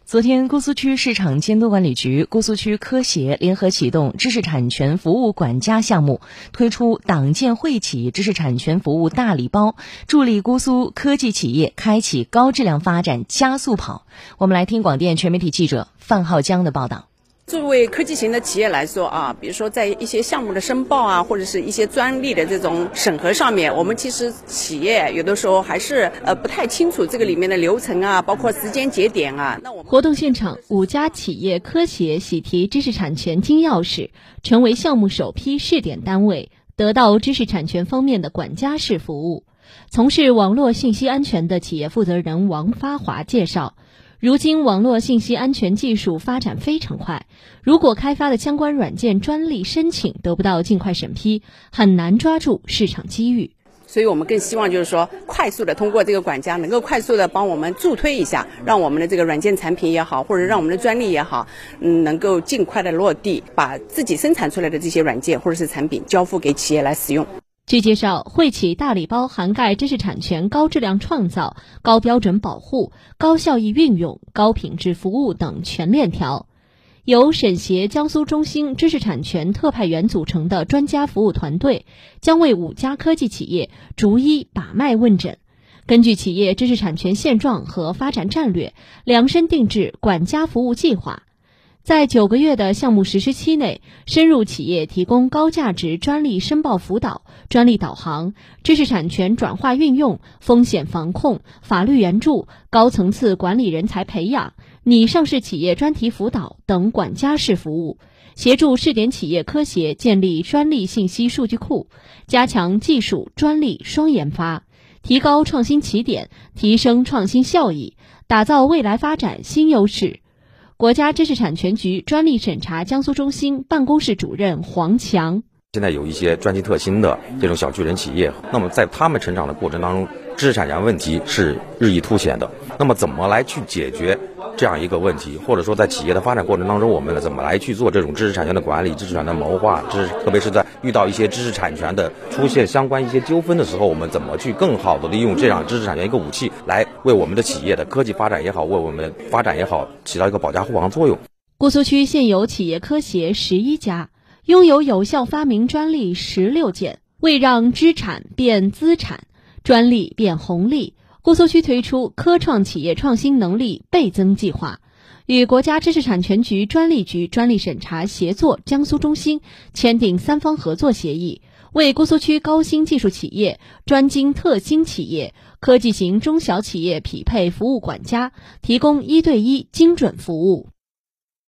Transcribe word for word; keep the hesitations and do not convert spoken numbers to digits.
昨天，姑苏区市场监督管理局、姑苏区科协联合启动知识产权服务管家项目，推出党建惠企知识产权服务大礼包，助力姑苏科技企业开启高质量发展加速跑。我们来听广电全媒体记者范浩江的报道。 作为科技型的企业来说啊，比如说在一些项目的申报啊，或者是一些专利的这种审核上面，我们其实企业有的时候还是呃不太清楚这个里面的流程啊，包括时间节点啊。那我们活动现场，五家企业科协喜提知识产权金钥匙，成为项目首批试点单位，得到知识产权方面的管家式服务。从事网络信息安全的企业负责人王发华介绍，如今网络信息安全技术发展非常快，如果开发的相关软件专利申请得不到尽快审批，很难抓住市场机遇。 所以我们更希望就是说快速的通过这个管家能够快速的帮我们助推一下，让我们的这个软件产品也好，或者让我们的专利也好，嗯，能够尽快的落地，把自己生产出来的这些软件或者是产品交付给企业来使用。 据介绍，惠企大礼包涵盖知识产权高质量创造、高标准保护、高效益运用、高品质服务等全链条。由沈协江苏中心知识产权特派员组成的专家服务团队，将为五家科技企业逐一把脉问诊，根据企业知识产权现状和发展战略，量身定制管家服务计划。在九个月的项目实施期内，深入企业提供高价值专利申报辅导、专利导航、知识产权转化运用、风险防控、法律援助、高层次管理人才培养、拟上市企业专题辅导等管家式服务，协助试点企业科协建立专利信息数据库，加强技术专利双研发，提高创新起点，提升创新效益，打造未来发展新优势。国家知识产权局专利审查江苏中心办公室主任黄强， 现在有一些专辑特新的这种小巨人企业，那么在他们成长的过程当中，知识产权问题是日益凸显的。那么怎么来去解决这样一个问题，或者说在企业的发展过程当中，我们怎么来去做这种知识产权的管理、知识产权的谋划，知识特别是在遇到一些知识产权的出现相关一些纠纷的时候，我们怎么去更好的利用这样知识产权一个武器，来为我们的企业的科技发展也好，为我们的发展也好，起到一个保驾护航作用。 姑苏区现有企业科协十一家，拥有有效发明专利十六件，为让知产变资产，专利变红利，姑苏区推出科创企业创新能力倍增计划，与国家知识产权局专利局专利审查协作江苏中心签订三方合作协议，为姑苏区高新技术企业、专精特新企业、科技型中小企业匹配服务管家，提供一对一精准服务。